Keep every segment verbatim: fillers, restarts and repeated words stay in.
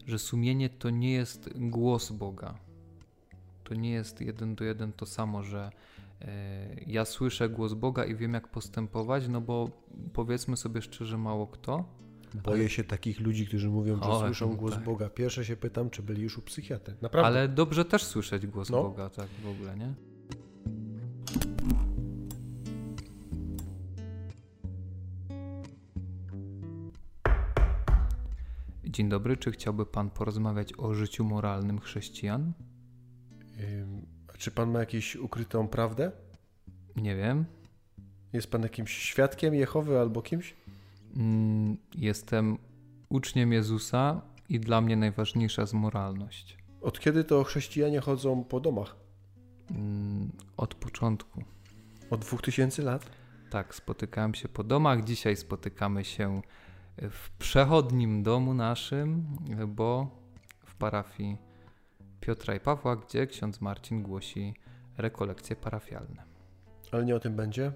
że sumienie to nie jest głos Boga. To nie jest jeden do jeden to samo, że e, ja słyszę głos Boga i wiem, jak postępować, no bo powiedzmy sobie szczerze, mało kto. Boję ale... się takich ludzi, którzy mówią, że o, słyszą głos tak. Boga. Pierwsze się pytam, czy byli już u psychiatry. Naprawdę. Ale dobrze też słyszeć głos no. Boga, tak w ogóle, nie? Dzień dobry, czy chciałby Pan porozmawiać o życiu moralnym chrześcijan? A czy Pan ma jakąś ukrytą prawdę? Nie wiem. Jest Pan jakimś świadkiem Jehowy albo kimś? Mm, jestem uczniem Jezusa i dla mnie najważniejsza jest moralność. Od kiedy to chrześcijanie chodzą po domach? Mm, od początku. Od dwóch tysięcy lat? Tak, spotykałem się po domach. Dzisiaj spotykamy się w przechodnim domu naszym, bo w parafii Piotra i Pawła, gdzie ksiądz Marcin głosi rekolekcje parafialne. Ale nie o tym będzie.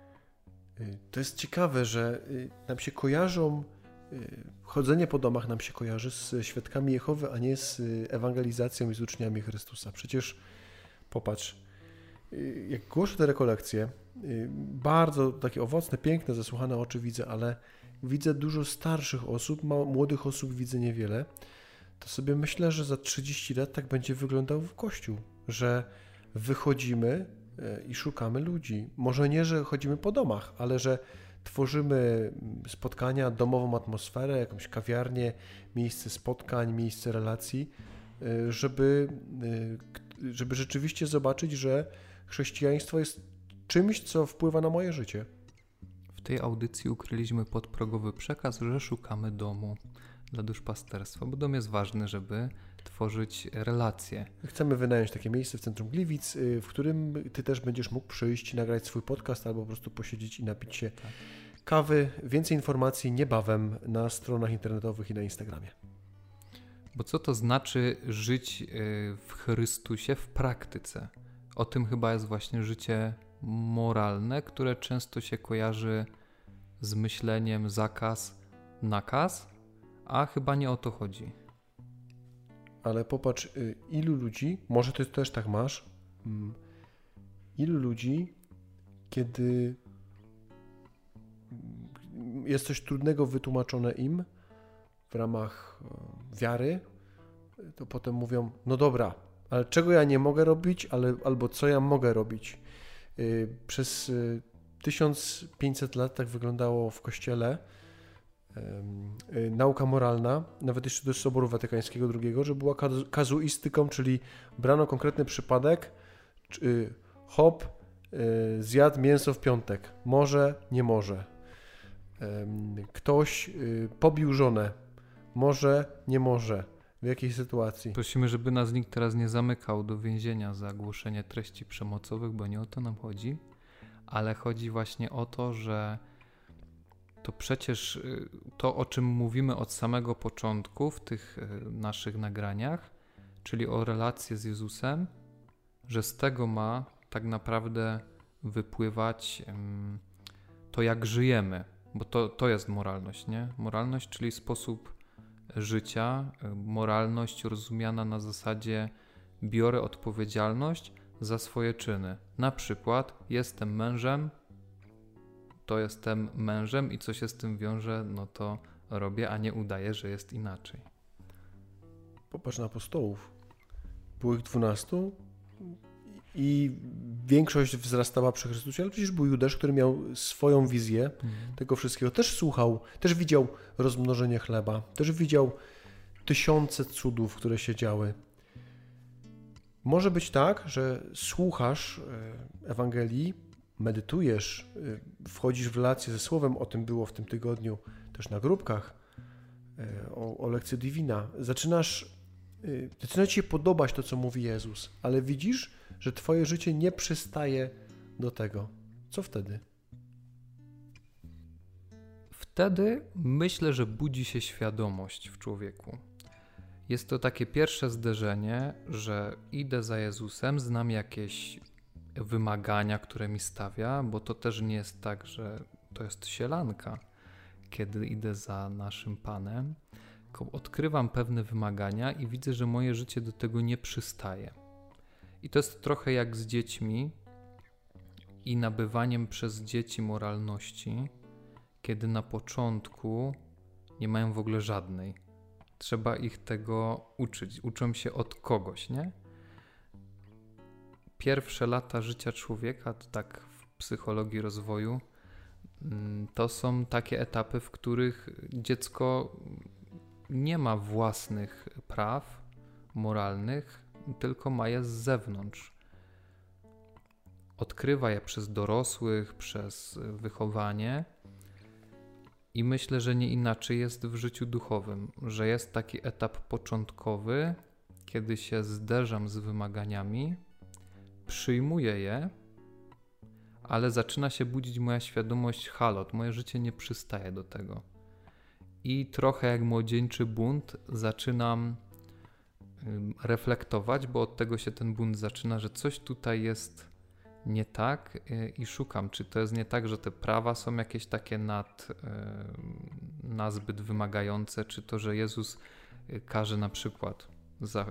To jest ciekawe, że nam się kojarzą, chodzenie po domach nam się kojarzy z świadkami Jehowy, a nie z ewangelizacją i z uczniami Chrystusa. Przecież popatrz, jak głoszę te rekolekcje, bardzo takie owocne, piękne, zasłuchane oczy widzę, ale widzę dużo starszych osób, młodych osób widzę niewiele, to sobie myślę, że za trzydzieści lat tak będzie wyglądał w Kościół, że wychodzimy i szukamy ludzi. Może nie, że chodzimy po domach, ale że tworzymy spotkania, domową atmosferę, jakąś kawiarnię, miejsce spotkań, miejsce relacji, żeby, żeby rzeczywiście zobaczyć, że chrześcijaństwo jest czymś, co wpływa na moje życie. W tej audycji ukryliśmy podprogowy przekaz, że szukamy domu dla duszpasterstwa, bo dom jest ważny, żeby tworzyć relacje. Chcemy wynająć takie miejsce w centrum Gliwic, w którym ty też będziesz mógł przyjść, nagrać swój podcast albo po prostu posiedzieć i napić się tak. kawy. Więcej informacji niebawem na stronach internetowych i na Instagramie. Bo co to znaczy żyć w Chrystusie w praktyce? O tym chyba jest właśnie życie moralne, które często się kojarzy z myśleniem zakaz, nakaz, a chyba nie o to chodzi. Ale popatrz, ilu ludzi, może ty też tak masz, ilu ludzi, kiedy jest coś trudnego wytłumaczone im w ramach wiary, to potem mówią, no dobra, ale czego ja nie mogę robić, ale, albo co ja mogę robić. Przez tysiąc pięćset lat tak wyglądało w Kościele nauka moralna, nawet jeszcze do Soboru Watykańskiego drugiego, że była kazuistyką, czyli brano konkretny przypadek, hop, zjadł mięso w piątek, może, nie może. Ktoś pobił żonę, może, nie może. W jakiej sytuacji? Prosimy, żeby nas nikt teraz nie zamykał do więzienia za głoszenie treści przemocowych, bo nie o to nam chodzi, ale chodzi właśnie o to, że to przecież to, o czym mówimy od samego początku w tych naszych nagraniach, czyli o relację z Jezusem, że z tego ma tak naprawdę wypływać to, jak żyjemy, bo to, to jest moralność, nie? Moralność, czyli sposób życia, moralność rozumiana na zasadzie biorę odpowiedzialność za swoje czyny. Na przykład jestem mężem, to jestem mężem i co się z tym wiąże, no to robię, a nie udaję, że jest inaczej. Popatrz na apostołów. Było ich dwunastu i większość wzrastała przy Chrystusie, ale przecież był Judasz, który miał swoją wizję mhm. tego wszystkiego. Też słuchał, też widział rozmnożenie chleba, też widział tysiące cudów, które się działy. Może być tak, że słuchasz Ewangelii, medytujesz, wchodzisz w relację ze Słowem, o tym było w tym tygodniu też na grupkach, o, o lekcji Divina. Zaczynasz, zaczyna ci się podobać to, co mówi Jezus, ale widzisz, że twoje życie nie przystaje do tego. Co wtedy? Wtedy myślę, że budzi się świadomość w człowieku. Jest to takie pierwsze zderzenie, że idę za Jezusem, znam jakieś wymagania, które mi stawia, bo to też nie jest tak, że to jest sielanka, kiedy idę za naszym Panem, odkrywam pewne wymagania i widzę, że moje życie do tego nie przystaje. I to jest trochę jak z dziećmi i nabywaniem przez dzieci moralności, kiedy na początku nie mają w ogóle żadnej. Trzeba ich tego uczyć. Uczą się od kogoś, nie? Pierwsze lata życia człowieka, to tak w psychologii rozwoju, to są takie etapy, w których dziecko nie ma własnych praw moralnych, tylko ma je z zewnątrz. Odkrywa je przez dorosłych, przez wychowanie i myślę, że nie inaczej jest w życiu duchowym, że jest taki etap początkowy, kiedy się zderzam z wymaganiami, przyjmuję je, ale zaczyna się budzić moja świadomość, halot, moje życie nie przystaje do tego. I trochę jak młodzieńczy bunt zaczynam reflektować, bo od tego się ten bunt zaczyna, że coś tutaj jest nie tak i szukam, czy to jest nie tak, że te prawa są jakieś takie nad, nazbyt wymagające, czy to, że Jezus każe na przykład za,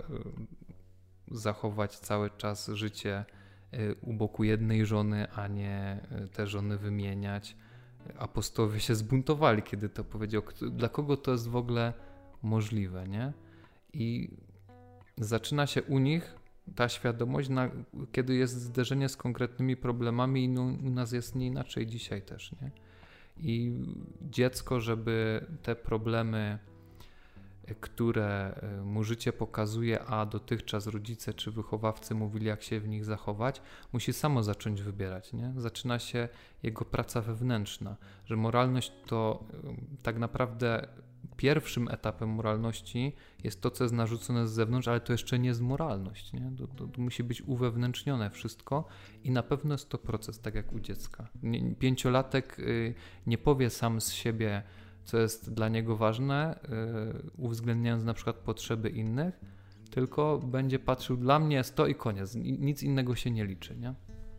zachować cały czas życie u boku jednej żony, a nie te żony wymieniać. Apostołowie się zbuntowali, kiedy to powiedział. Dla kogo to jest w ogóle możliwe, nie? I zaczyna się u nich ta świadomość, na, kiedy jest zderzenie z konkretnymi problemami i no, u nas jest nie inaczej dzisiaj też, nie? I dziecko, żeby te problemy, które mu życie pokazuje, a dotychczas rodzice czy wychowawcy mówili, jak się w nich zachować, musi samo zacząć wybierać, nie? Zaczyna się jego praca wewnętrzna, że moralność to tak naprawdę pierwszym etapem moralności jest to, co jest narzucone z zewnątrz, ale to jeszcze nie jest moralność, nie? To, to, to musi być uwewnętrznione wszystko i na pewno jest to proces, tak jak u dziecka. Nie, pięciolatek y, nie powie sam z siebie, co jest dla niego ważne, yy, uwzględniając na przykład potrzeby innych, tylko będzie patrzył, dla mnie jest to i koniec, nic innego się nie liczy, nie?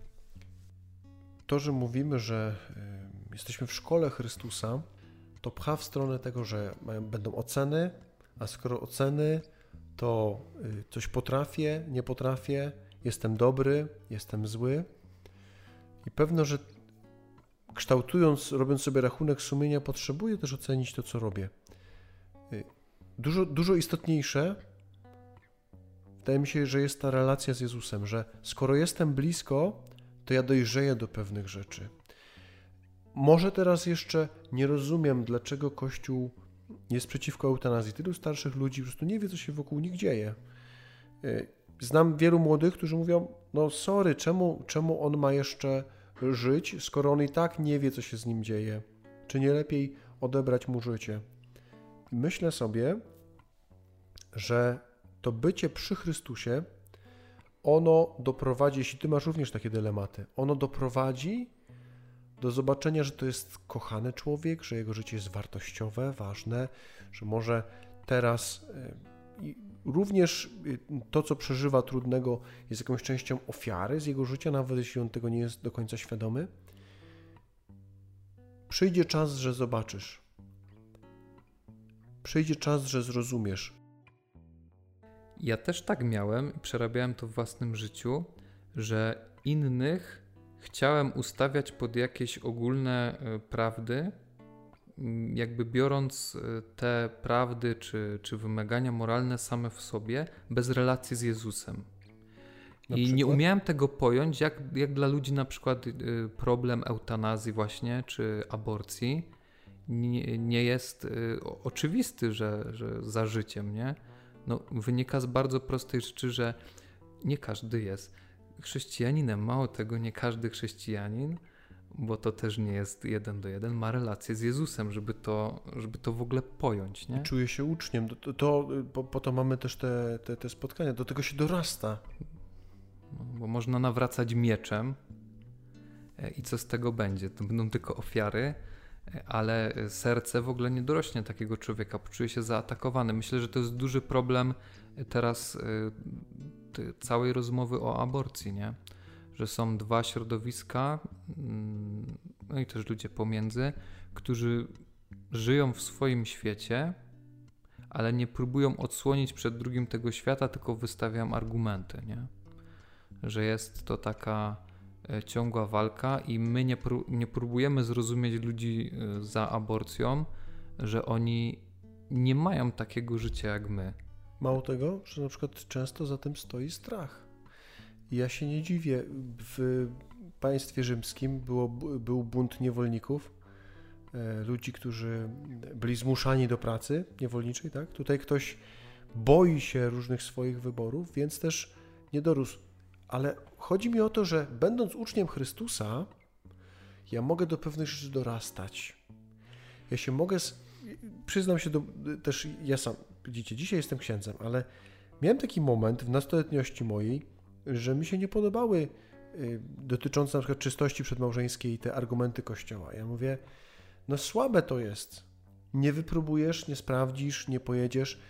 To, że mówimy, że y, jesteśmy w szkole Chrystusa, to pcha w stronę tego, że mają, będą oceny, a skoro oceny, to y, coś potrafię, nie potrafię, jestem dobry, jestem zły i pewno, że kształtując, robiąc sobie rachunek sumienia, potrzebuję też ocenić to, co robię. Dużo, dużo istotniejsze wydaje mi się, że jest ta relacja z Jezusem, że skoro jestem blisko, to ja dojrzeję do pewnych rzeczy. Może teraz jeszcze nie rozumiem, dlaczego Kościół jest przeciwko eutanazji. Tylu starszych ludzi po prostu nie wie, co się wokół nich dzieje. Znam wielu młodych, którzy mówią, no sorry, czemu, czemu on ma jeszcze żyć, skoro on i tak nie wie, co się z nim dzieje. Czy nie lepiej odebrać mu życie? Myślę sobie, że to bycie przy Chrystusie, ono doprowadzi, jeśli ty masz również takie dylematy, ono doprowadzi do zobaczenia, że to jest kochany człowiek, że jego życie jest wartościowe, ważne, że może teraz również to, co przeżywa trudnego, jest jakąś częścią ofiary z jego życia, nawet jeśli on tego nie jest do końca świadomy. Przyjdzie czas, że zobaczysz. Przyjdzie czas, że zrozumiesz. Ja też tak miałem i przerabiałem to w własnym życiu, że innych chciałem ustawiać pod jakieś ogólne prawdy, jakby biorąc te prawdy czy, czy wymagania moralne same w sobie, bez relacji z Jezusem. Na I przykład? nie umiałem tego pojąć, jak, jak dla ludzi na przykład problem eutanazji właśnie, czy aborcji nie, nie jest oczywisty, że, że za życiem, nie? No, wynika z bardzo prostej rzeczy, że nie każdy jest chrześcijaninem. Mało tego, nie każdy chrześcijanin, bo to też nie jest jeden do jeden, ma relację z Jezusem, żeby to, żeby to w ogóle pojąć, nie? Czuje się uczniem. To, to, po, po to mamy też te, te, te spotkania. Do tego się dorasta. No, bo można nawracać mieczem i co z tego będzie? To będą tylko ofiary, ale serce w ogóle nie dorośnie takiego człowieka, poczuje się zaatakowany. Myślę, że to jest duży problem teraz y, całej rozmowy o aborcji, nie? Że są dwa środowiska, no i też ludzie pomiędzy, którzy żyją w swoim świecie, ale nie próbują odsłonić przed drugim tego świata, tylko wystawiają argumenty, nie? Że jest to taka ciągła walka i my nie, pró- nie próbujemy zrozumieć ludzi za aborcją, że oni nie mają takiego życia jak my. Mało tego, że na przykład często za tym stoi strach. I ja się nie dziwię. W państwie rzymskim było, był bunt niewolników, e, ludzi, którzy byli zmuszani do pracy niewolniczej, tak? Tutaj ktoś boi się różnych swoich wyborów, więc też nie dorósł. Ale chodzi mi o to, że będąc uczniem Chrystusa, ja mogę do pewnych rzeczy dorastać. Ja się mogę, z... przyznam się do, też, ja sam, widzicie, dzisiaj jestem księdzem, ale miałem taki moment w nastoletniości mojej, że mi się nie podobały y, dotyczące na przykład czystości przedmałżeńskiej te argumenty Kościoła. Ja mówię, no słabe to jest. Nie wypróbujesz, nie sprawdzisz, nie pojedziesz.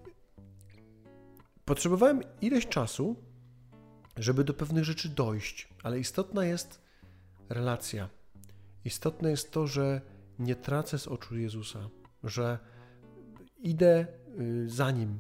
Potrzebowałem ileś czasu, żeby do pewnych rzeczy dojść, ale istotna jest relacja. Istotne jest to, że nie tracę z oczu Jezusa, że idę za Nim,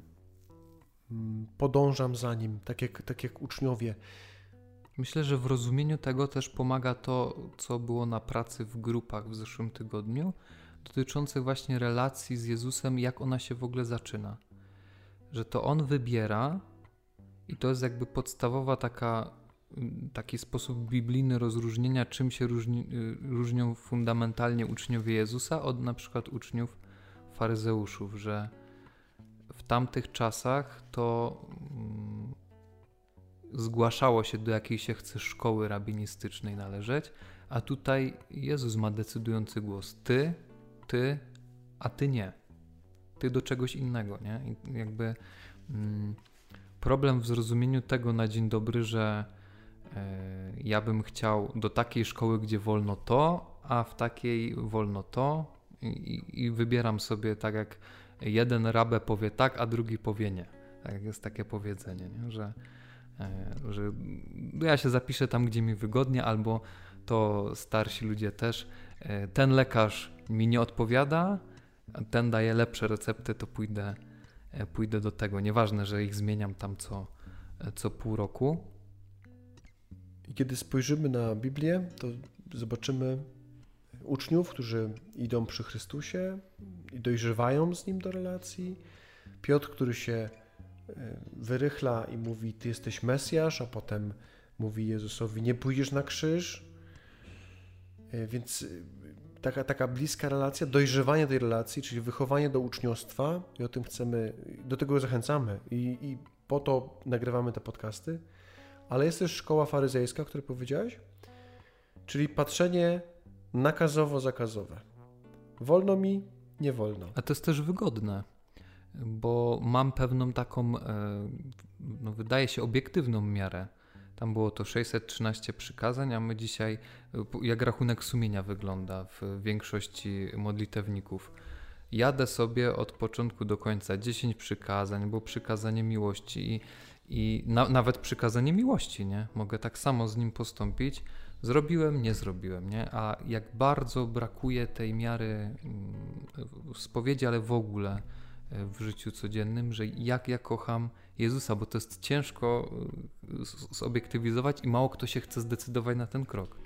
podążam za Nim, tak jak, tak jak uczniowie. Myślę, że w rozumieniu tego też pomaga to, co było na pracy w grupach w zeszłym tygodniu, dotyczących właśnie relacji z Jezusem, jak ona się w ogóle zaczyna. Że to On wybiera i to jest jakby podstawowa taka, taki sposób biblijny rozróżnienia, czym się różni, różnią fundamentalnie uczniowie Jezusa od na przykład uczniów faryzeuszów, że w tamtych czasach to mm, zgłaszało się, do jakiej się chce szkoły rabinistycznej należeć, a tutaj Jezus ma decydujący głos. Ty, ty, a ty nie. Ty do czegoś innego, nie? I jakby mm, problem w zrozumieniu tego na dzień dobry, że y, ja bym chciał do takiej szkoły, gdzie wolno to, a w takiej wolno to i, i wybieram sobie tak jak jeden rabę powie tak, a drugi powie nie. Tak jest takie powiedzenie, nie? Że, y, że ja się zapiszę tam, gdzie mi wygodnie, albo to starsi ludzie też. Y, ten lekarz mi nie odpowiada, ten daje lepsze recepty, to pójdę, pójdę do tego. Nieważne, że ich zmieniam tam co, co pół roku. I kiedy spojrzymy na Biblię, to zobaczymy uczniów, którzy idą przy Chrystusie i dojrzewają z Nim do relacji. Piotr, który się wyrychla i mówi, Ty jesteś Mesjasz, a potem mówi Jezusowi, nie pójdziesz na krzyż. Więc taka, taka bliska relacja, dojrzewanie tej relacji, czyli wychowanie do uczniostwa i o tym chcemy, do tego zachęcamy i, i po to nagrywamy te podcasty, ale jest też szkoła faryzejska, o której powiedziałeś, czyli patrzenie nakazowo-zakazowe. Wolno mi, nie wolno. A to jest też wygodne, bo mam pewną taką, no wydaje się, obiektywną miarę. Tam było to sześćset trzynaście przykazań, a my dzisiaj, jak rachunek sumienia wygląda w większości modlitewników. Jadę sobie od początku do końca dziesięć przykazań, bo przykazanie miłości i, i na, nawet przykazanie miłości, nie? Mogę tak samo z nim postąpić. Zrobiłem, nie zrobiłem, nie? A jak bardzo brakuje tej miary w spowiedzi, ale w ogóle w życiu codziennym, że jak ja kocham Jezusa, bo to jest ciężko zobiektywizować i mało kto się chce zdecydować na ten krok.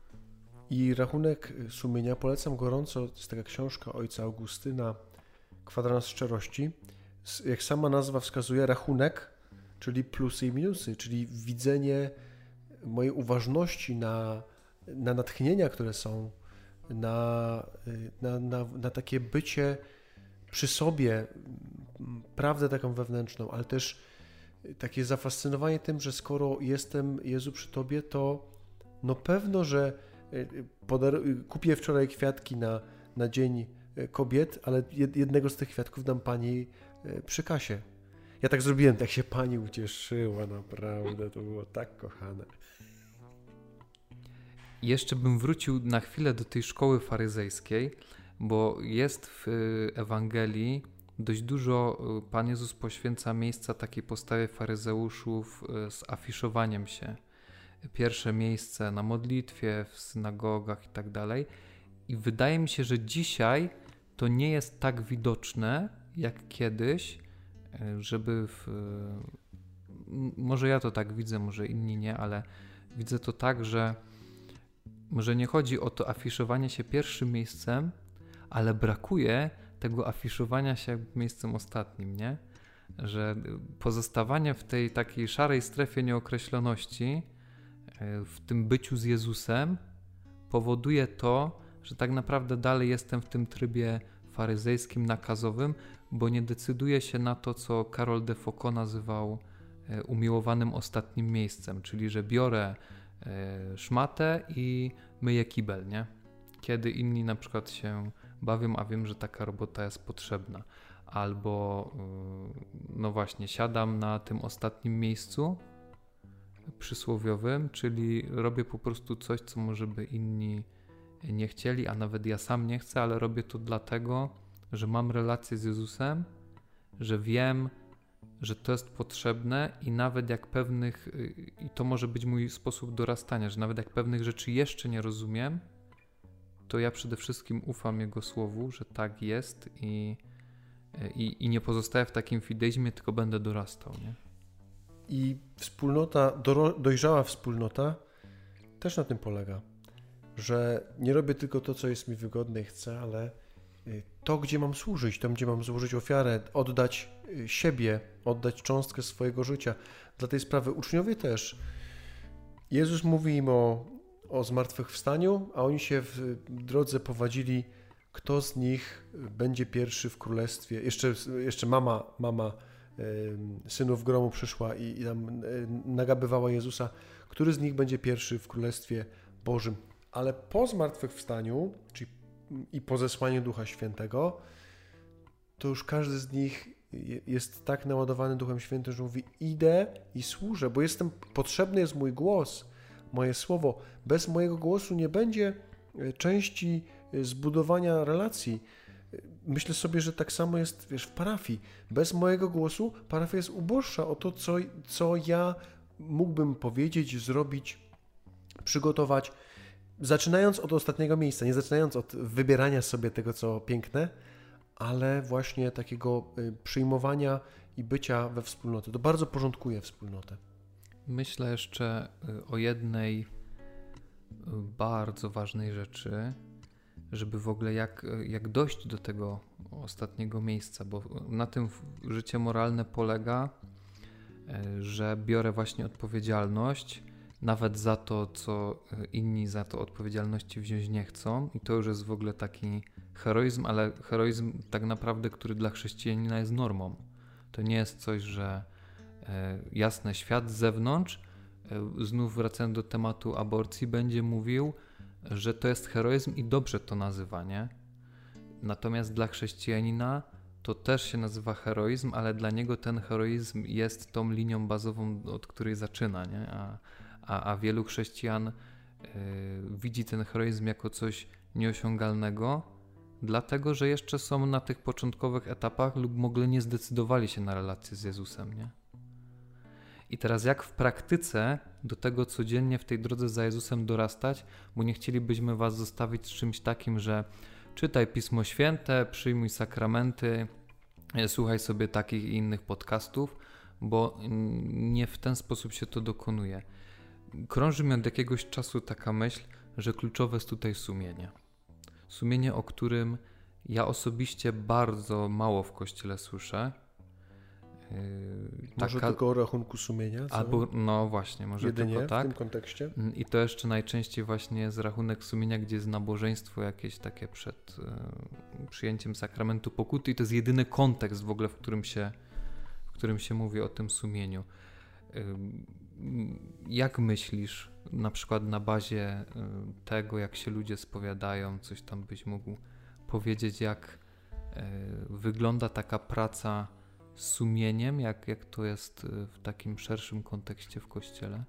I rachunek sumienia polecam gorąco, to jest taka książka ojca Augustyna, Kwadrans szczerości. Jak sama nazwa wskazuje, rachunek, czyli plusy i minusy, czyli widzenie mojej uważności na, na natchnienia, które są, na, na, na, na takie bycie przy sobie, prawdę taką wewnętrzną, ale też takie zafascynowanie tym, że skoro jestem, Jezu, przy Tobie, to no pewno, że podar- kupię wczoraj kwiatki na, na Dzień Kobiet, ale jednego z tych kwiatków dam Pani przy kasie. Ja tak zrobiłem, tak się Pani ucieszyła, naprawdę, to było tak kochane. Jeszcze bym wrócił na chwilę do tej szkoły faryzejskiej, bo jest w Ewangelii dość dużo, Pan Jezus poświęca miejsca takiej postawie faryzeuszów z afiszowaniem się. Pierwsze miejsce na modlitwie, w synagogach i tak dalej. I wydaje mi się, że dzisiaj to nie jest tak widoczne, jak kiedyś, żeby w, może ja to tak widzę, może inni nie, ale widzę to tak, że może nie chodzi o to afiszowanie się pierwszym miejscem, ale brakuje tego afiszowania się miejscem ostatnim, nie? Że pozostawanie w tej takiej szarej strefie nieokreśloności, w tym byciu z Jezusem, powoduje to, że tak naprawdę dalej jestem w tym trybie faryzejskim, nakazowym, bo nie decyduję się na to, co Karol de Foucault nazywał umiłowanym ostatnim miejscem, czyli że biorę szmatę i myję kibel, nie? Kiedy inni na przykład się bawią, a wiem, że taka robota jest potrzebna. Albo no właśnie, siadam na tym ostatnim miejscu przysłowiowym, czyli robię po prostu coś, co może by inni nie chcieli, a nawet ja sam nie chcę, ale robię to dlatego, że mam relację z Jezusem, że wiem, że to jest potrzebne i nawet jak pewnych, i to może być mój sposób dorastania, że nawet jak pewnych rzeczy jeszcze nie rozumiem, to ja przede wszystkim ufam Jego słowu, że tak jest i, i, i nie pozostaję w takim fideizmie, tylko będę dorastał, nie? I wspólnota, do, dojrzała wspólnota też na tym polega, że nie robię tylko to, co jest mi wygodne i chcę, ale to, gdzie mam służyć, tam, gdzie mam złożyć ofiarę, oddać siebie, oddać cząstkę swojego życia. Dla tej sprawy uczniowie też. Jezus mówi im o, o zmartwychwstaniu, a oni się w drodze powadzili, kto z nich będzie pierwszy w królestwie. Jeszcze, jeszcze mama, mama synów gromu przyszła i, i tam nagabywała Jezusa, który z nich będzie pierwszy w Królestwie Bożym. Ale po zmartwychwstaniu, czyli i po zesłaniu Ducha Świętego, to już każdy z nich jest tak naładowany Duchem Świętym, że mówi: idę i służę, bo jestem, potrzebny jest mój głos, moje słowo. Bez mojego głosu nie będzie części zbudowania relacji. Myślę sobie, że tak samo jest, wiesz, w parafii. Bez mojego głosu parafia jest uboższa o to, co, co ja mógłbym powiedzieć, zrobić, przygotować. Zaczynając od ostatniego miejsca, nie zaczynając od wybierania sobie tego, co piękne, ale właśnie takiego przyjmowania i bycia we wspólnoty. To bardzo porządkuje wspólnotę. Myślę jeszcze o jednej bardzo ważnej rzeczy, żeby w ogóle jak, jak dojść do tego ostatniego miejsca, bo na tym życie moralne polega, że biorę właśnie odpowiedzialność nawet za to, co inni za to odpowiedzialności wziąć nie chcą, i to już jest w ogóle taki heroizm, ale heroizm tak naprawdę, który dla chrześcijanina jest normą. To nie jest coś, że e, jasne, świat z zewnątrz, e, znów wracając do tematu aborcji, będzie mówił, że to jest heroizm i dobrze to nazywa, nie? Natomiast dla chrześcijanina to też się nazywa heroizm, ale dla niego ten heroizm jest tą linią bazową, od której zaczyna, nie? A, a, a wielu chrześcijan y, widzi ten heroizm jako coś nieosiągalnego, dlatego, że jeszcze są na tych początkowych etapach lub w ogóle nie zdecydowali się na relację z Jezusem, nie? I teraz jak w praktyce do tego codziennie w tej drodze za Jezusem dorastać, bo nie chcielibyśmy was zostawić z czymś takim, że czytaj Pismo Święte, przyjmuj sakramenty, słuchaj sobie takich i innych podcastów, bo nie w ten sposób się to dokonuje. Krąży mi od jakiegoś czasu taka myśl, że kluczowe jest tutaj sumienie. Sumienie, o którym ja osobiście bardzo mało w Kościele słyszę. Yy, może taka, tylko o rachunku sumienia? Co? Albo, no właśnie, może jedynie tylko tak. w tym kontekście? I to jeszcze najczęściej właśnie jest rachunek sumienia, gdzie jest nabożeństwo jakieś takie przed y, przyjęciem sakramentu pokuty i to jest jedyny kontekst w ogóle, w którym się, w którym się mówi o tym sumieniu. Y, jak myślisz, na przykład na bazie y, tego, jak się ludzie spowiadają, coś tam byś mógł powiedzieć, jak y, wygląda taka praca z sumieniem, jak, jak to jest w takim szerszym kontekście w Kościele?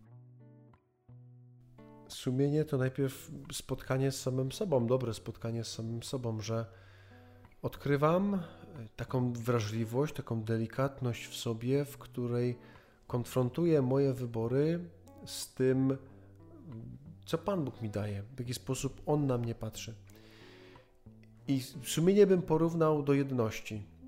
Sumienie to najpierw spotkanie z samym sobą, dobre spotkanie z samym sobą, że odkrywam taką wrażliwość, taką delikatność w sobie, w której konfrontuję moje wybory z tym, co Pan Bóg mi daje, w jaki sposób On na mnie patrzy. I sumienie bym porównał do jedności.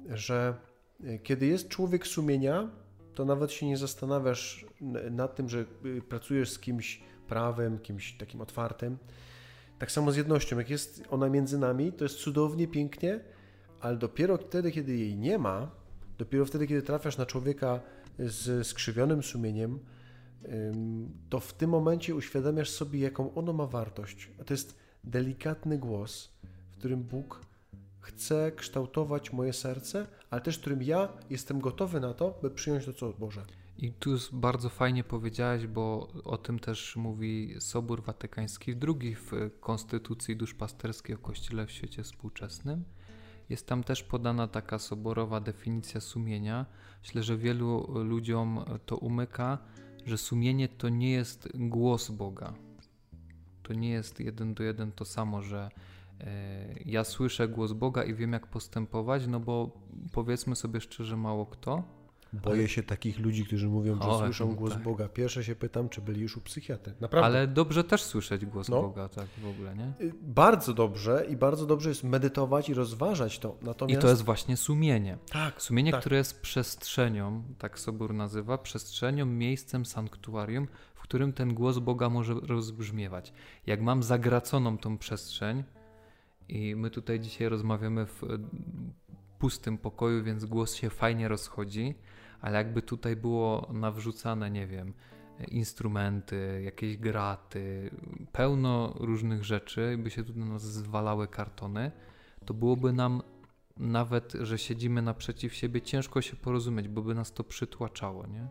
że kiedy jest człowiek sumienia, to nawet się nie zastanawiasz nad tym, że pracujesz z kimś prawym, kimś takim otwartym. Tak samo z jednością, jak jest ona między nami, to jest cudownie, pięknie, ale dopiero wtedy, kiedy jej nie ma, dopiero wtedy, kiedy trafiasz na człowieka z skrzywionym sumieniem, to w tym momencie uświadamiasz sobie, jaką ono ma wartość. A to jest delikatny głos, w którym Bóg chce kształtować moje serce, ale też w którym ja jestem gotowy na to, by przyjąć to, co Boże. I tu bardzo fajnie powiedziałeś, bo o tym też mówi Sobór Watykański drugi w Konstytucji Duszpasterskiej o Kościele w świecie współczesnym. Jest tam też podana taka soborowa definicja sumienia. Myślę, że wielu ludziom to umyka, że sumienie to nie jest głos Boga. To nie jest jeden do jeden to samo, że e, ja słyszę głos Boga i wiem, jak postępować, no bo powiedzmy sobie szczerze, mało kto. Boję ale... się takich ludzi, którzy mówią, że o, słyszą głos tak. Boga. Pierwsze się pytam, czy byli już u psychiatry. Naprawdę. Ale dobrze też słyszeć głos no. Boga, tak w ogóle, nie? Bardzo dobrze i bardzo dobrze jest medytować i rozważać to. Natomiast... I to jest właśnie sumienie. Tak. Sumienie, tak. które jest przestrzenią, tak Sobór nazywa, przestrzenią, miejscem, sanktuarium, w którym ten głos Boga może rozbrzmiewać. Jak mam zagraconą tą przestrzeń i my tutaj dzisiaj rozmawiamy w pustym pokoju, więc głos się fajnie rozchodzi, ale jakby tutaj było nawrzucane, nie wiem, instrumenty, jakieś graty, pełno różnych rzeczy, by się tu na nas zwalały kartony, to byłoby nam nawet, że siedzimy naprzeciw siebie, ciężko się porozumieć, bo by nas to przytłaczało, nie?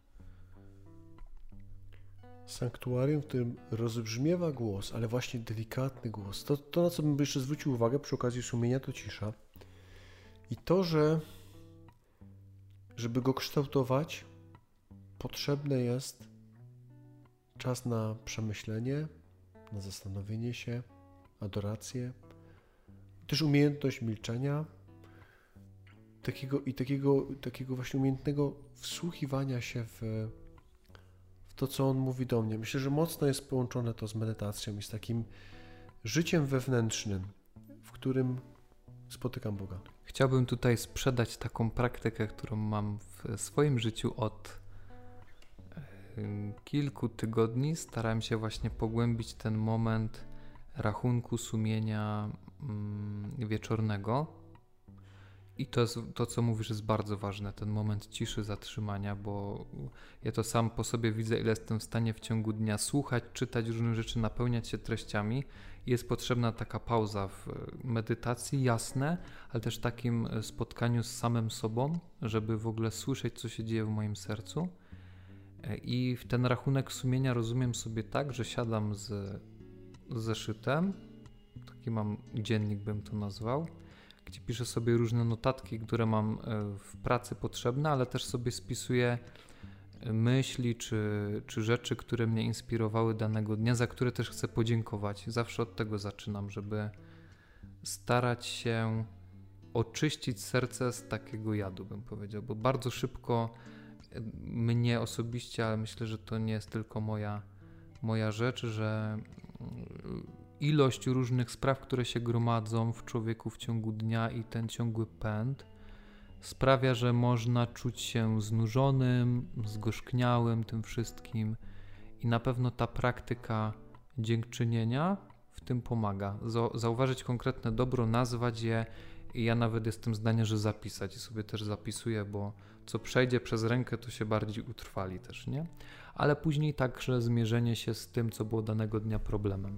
Sanktuarium, w którym rozbrzmiewa głos, ale właśnie delikatny głos. To, to na co bym jeszcze zwrócił uwagę przy okazji sumienia, to cisza. I to, że żeby go kształtować, potrzebny jest czas na przemyślenie, na zastanowienie się, adorację, też umiejętność milczenia takiego, i takiego, takiego właśnie umiejętnego wsłuchiwania się w, w to, co on mówi do mnie. Myślę, że mocno jest połączone to z medytacją i z takim życiem wewnętrznym, w którym spotykam Boga. Chciałbym tutaj sprzedać taką praktykę, którą mam w swoim życiu od kilku tygodni. Starałem się właśnie pogłębić ten moment rachunku sumienia wieczornego. I to, jest, to, co mówisz, jest bardzo ważne, ten moment ciszy, zatrzymania, bo ja to sam po sobie widzę, ile jestem w stanie w ciągu dnia słuchać, czytać różne rzeczy, napełniać się treściami. Jest potrzebna taka pauza w medytacji, jasne, ale też takim spotkaniu z samym sobą, żeby w ogóle słyszeć, co się dzieje w moim sercu. I w ten rachunek sumienia rozumiem sobie tak, że siadam z, z zeszytem, taki mam dziennik, bym to nazwał, gdzie piszę sobie różne notatki, które mam w pracy potrzebne, ale też sobie spisuję myśli czy, czy rzeczy, które mnie inspirowały danego dnia, za które też chcę podziękować. Zawsze od tego zaczynam, żeby starać się oczyścić serce z takiego jadu, bym powiedział, bo bardzo szybko mnie osobiście, ale myślę, że to nie jest tylko moja, moja rzecz, że ilość różnych spraw, które się gromadzą w człowieku w ciągu dnia i ten ciągły pęd sprawia, że można czuć się znużonym, zgorzkniałym tym wszystkim i na pewno ta praktyka dziękczynienia w tym pomaga. Zauważyć konkretne dobro, nazwać je i ja nawet jestem zdania, że zapisać i sobie też zapisuję, bo co przejdzie przez rękę, to się bardziej utrwali też, nie? Ale później także zmierzenie się z tym, co było danego dnia problemem.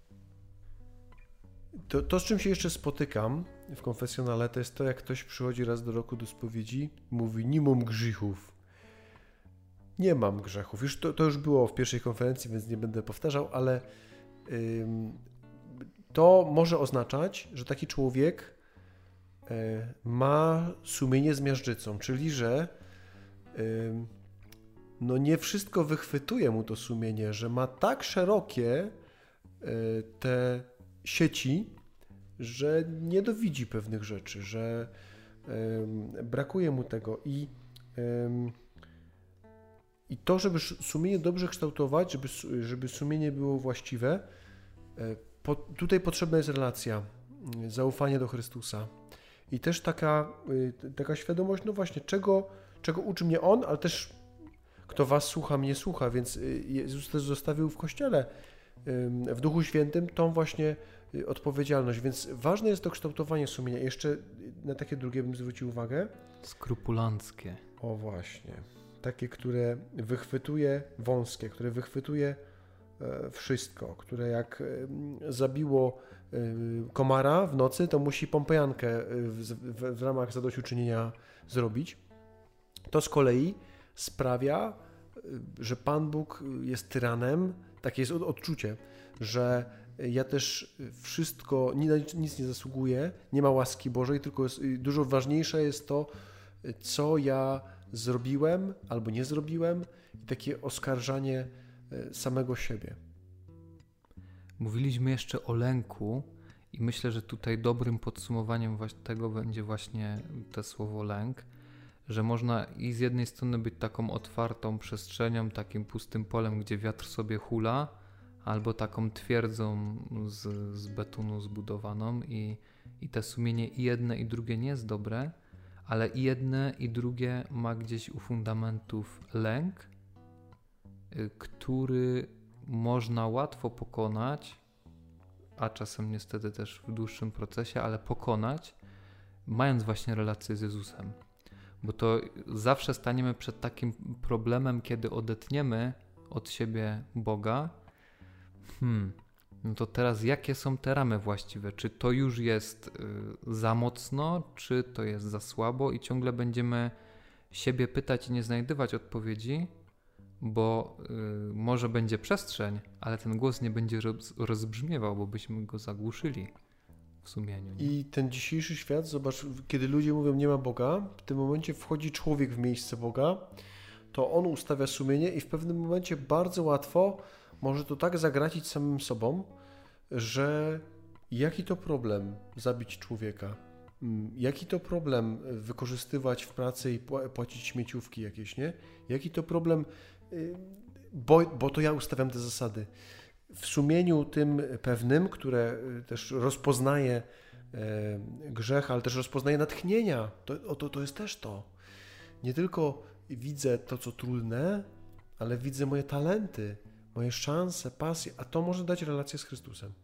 To, to, z czym się jeszcze spotykam w konfesjonale, to jest to, jak ktoś przychodzi raz do roku do spowiedzi, mówi, nie mam grzechów. Nie mam grzechów. Już to, to już było w pierwszej konferencji, więc nie będę powtarzał, ale ym, to może oznaczać, że taki człowiek y, ma sumienie z miażdżycą, czyli że y, no nie wszystko wychwytuje mu to sumienie, że ma tak szerokie y, te sieci, że nie dowidzi pewnych rzeczy, że y, brakuje mu tego i, y, i to, żeby sumienie dobrze kształtować, żeby, żeby sumienie było właściwe, y, po, tutaj potrzebna jest relacja, y, zaufanie do Chrystusa. I też taka, taka świadomość, no właśnie, czego, czego uczy mnie On, ale też kto was słucha, mnie słucha, więc Jezus też zostawił w Kościele, w Duchu Świętym, tą właśnie odpowiedzialność, więc ważne jest to kształtowanie sumienia. Jeszcze na takie drugie bym zwrócił uwagę. Skrupulanckie. O właśnie. Takie, które wychwytuje wąskie, które wychwytuje wszystko, które jak zabiło komara w nocy, to musi pompejankę w, w, w ramach zadośćuczynienia zrobić. To z kolei sprawia, że Pan Bóg jest tyranem, takie jest odczucie, że ja też wszystko, nic nie zasługuję, nie ma łaski Bożej, tylko jest, dużo ważniejsze jest to, co ja zrobiłem albo nie zrobiłem i takie oskarżanie samego siebie. Mówiliśmy jeszcze o lęku i myślę, że tutaj dobrym podsumowaniem tego będzie właśnie to słowo lęk, że można i z jednej strony być taką otwartą przestrzenią, takim pustym polem, gdzie wiatr sobie hula, albo taką twierdzą z, z betonu zbudowaną i, i te sumienie i jedne i drugie nie jest dobre, ale i jedne i drugie ma gdzieś u fundamentów lęk, który można łatwo pokonać, a czasem niestety też w dłuższym procesie, ale pokonać, mając właśnie relację z Jezusem. Bo to zawsze staniemy przed takim problemem, kiedy odetniemy od siebie Boga. Hmm, no to teraz jakie są te ramy właściwe? Czy to już jest y, za mocno, czy to jest za słabo i ciągle będziemy siebie pytać i nie znajdywać odpowiedzi, bo y, może będzie przestrzeń, ale ten głos nie będzie roz, rozbrzmiewał, bo byśmy go zagłuszyli w sumieniu. Nie? I ten dzisiejszy świat, zobacz, kiedy ludzie mówią nie ma Boga, w tym momencie wchodzi człowiek w miejsce Boga, to on ustawia sumienie i w pewnym momencie bardzo łatwo może to tak zagracić samym sobą, że jaki to problem zabić człowieka, jaki to problem wykorzystywać w pracy i płacić śmieciówki jakieś, nie? Jaki to problem, bo, bo to ja ustawiam te zasady. W sumieniu tym pewnym, które też rozpoznaje grzech, ale też rozpoznaje natchnienia, to, to, to jest też to. Nie tylko widzę to, co trudne, ale widzę moje talenty, moje szanse, pasje, a to może dać relację z Chrystusem.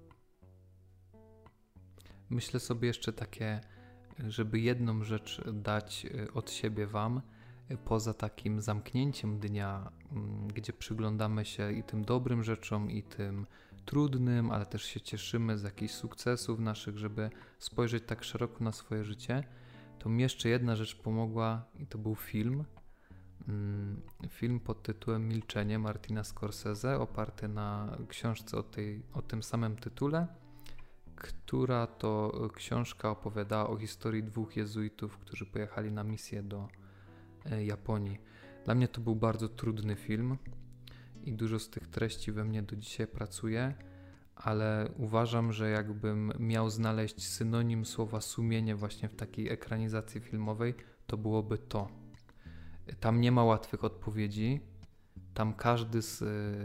Myślę sobie jeszcze takie, żeby jedną rzecz dać od siebie wam, poza takim zamknięciem dnia, gdzie przyglądamy się i tym dobrym rzeczom, i tym trudnym, ale też się cieszymy z jakichś sukcesów naszych, żeby spojrzeć tak szeroko na swoje życie, to mi jeszcze jedna rzecz pomogła i to był film. Film pod tytułem Milczenie Martina Scorsese, oparty na książce o, tej, o tym samym tytule, która to książka opowiadała o historii dwóch jezuitów, którzy pojechali na misję do Japonii. Dla mnie to był bardzo trudny film i dużo z tych treści we mnie do dzisiaj pracuje, ale uważam, że jakbym miał znaleźć synonim słowa sumienie właśnie w takiej ekranizacji filmowej, to byłoby to. Tam nie ma łatwych odpowiedzi, tam każdy z,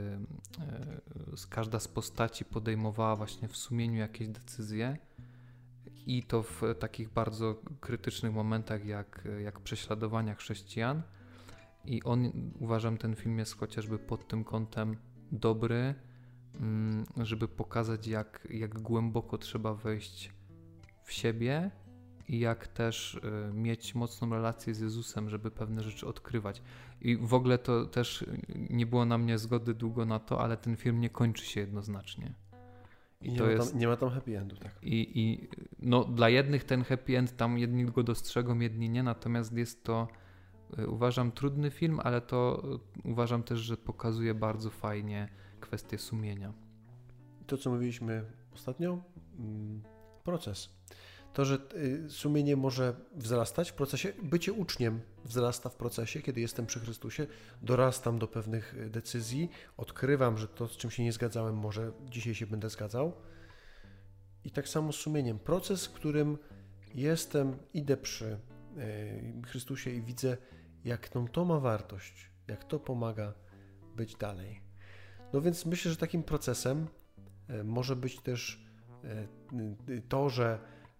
z każda z postaci podejmowała właśnie w sumieniu jakieś decyzje i to w takich bardzo krytycznych momentach jak, jak prześladowania chrześcijan i on, uważam, ten film jest chociażby pod tym kątem dobry, żeby pokazać jak, jak głęboko trzeba wejść w siebie i jak też y, mieć mocną relację z Jezusem, żeby pewne rzeczy odkrywać. I w ogóle to też nie było na mnie zgody długo na to, ale ten film nie kończy się jednoznacznie. I, I nie, to ma jest... tam, nie ma tam happy endu, tak? I, i no, dla jednych ten happy end, tam jedni go dostrzegą, jedni nie, natomiast jest to, y, uważam, trudny film, ale to y, uważam też, że pokazuje bardzo fajnie kwestię sumienia. To, co mówiliśmy ostatnio, mm, proces. To, że sumienie może wzrastać w procesie, bycie uczniem wzrasta w procesie, kiedy jestem przy Chrystusie, dorastam do pewnych decyzji, odkrywam, że to, z czym się nie zgadzałem, może dzisiaj się będę zgadzał. I tak samo z sumieniem. Proces, w którym jestem, idę przy Chrystusie i widzę, jak to ma wartość, jak to pomaga być dalej. No więc myślę, że takim procesem może być też to, że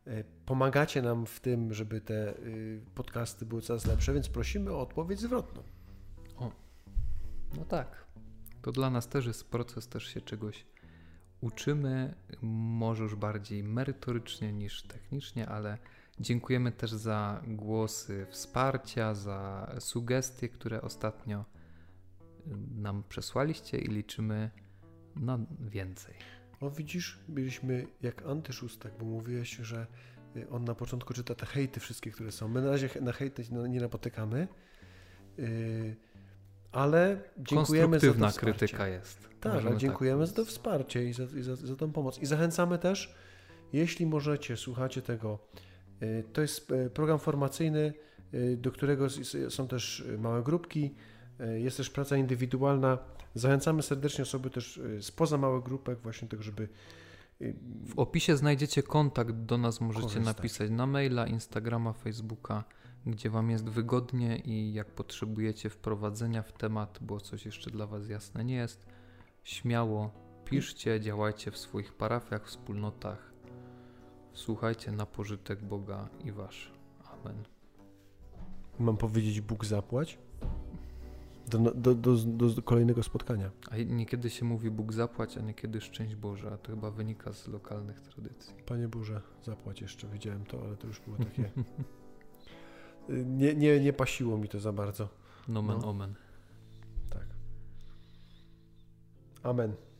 Pomagacie nam w tym, żeby te podcasty były coraz lepsze, więc prosimy o odpowiedź zwrotną. O, no tak. To dla nas też jest proces, też się czegoś uczymy, może już bardziej merytorycznie niż technicznie, ale dziękujemy też za głosy wsparcia, za sugestie, które ostatnio nam przesłaliście i liczymy na więcej. O widzisz, byliśmy jak Antyszustak, bo mówiłeś, że on na początku czyta te hejty wszystkie, które są. My na razie na hejty nie napotykamy, yy, ale dziękujemy za to wsparcie. Krytyka jest. Tak, ale dziękujemy tak za to wsparcie i za, i za, za tą pomoc. I zachęcamy też, jeśli możecie, słuchacie tego, yy, to jest program formacyjny, yy, do którego są też małe grupki, yy, jest też praca indywidualna. Zachęcamy serdecznie osoby też spoza małych grupek, właśnie tak, żeby... W opisie znajdziecie kontakt do nas, możecie korzystać. napisać na maila, Instagrama, Facebooka, gdzie Wam jest wygodnie i jak potrzebujecie wprowadzenia w temat, bo coś jeszcze dla Was jasne nie jest, śmiało piszcie, działajcie w swoich parafiach, wspólnotach, słuchajcie na pożytek Boga i Wasz. Amen. Mam powiedzieć Bóg zapłać? Do, do, do, do kolejnego spotkania. A niekiedy się mówi Bóg zapłać, a niekiedy szczęść Boże, a to chyba wynika z lokalnych tradycji. Panie Boże, zapłać jeszcze, widziałem to, ale to już było takie... nie, nie, nie pasiło mi to za bardzo. Nomen no. omen. Tak. Amen.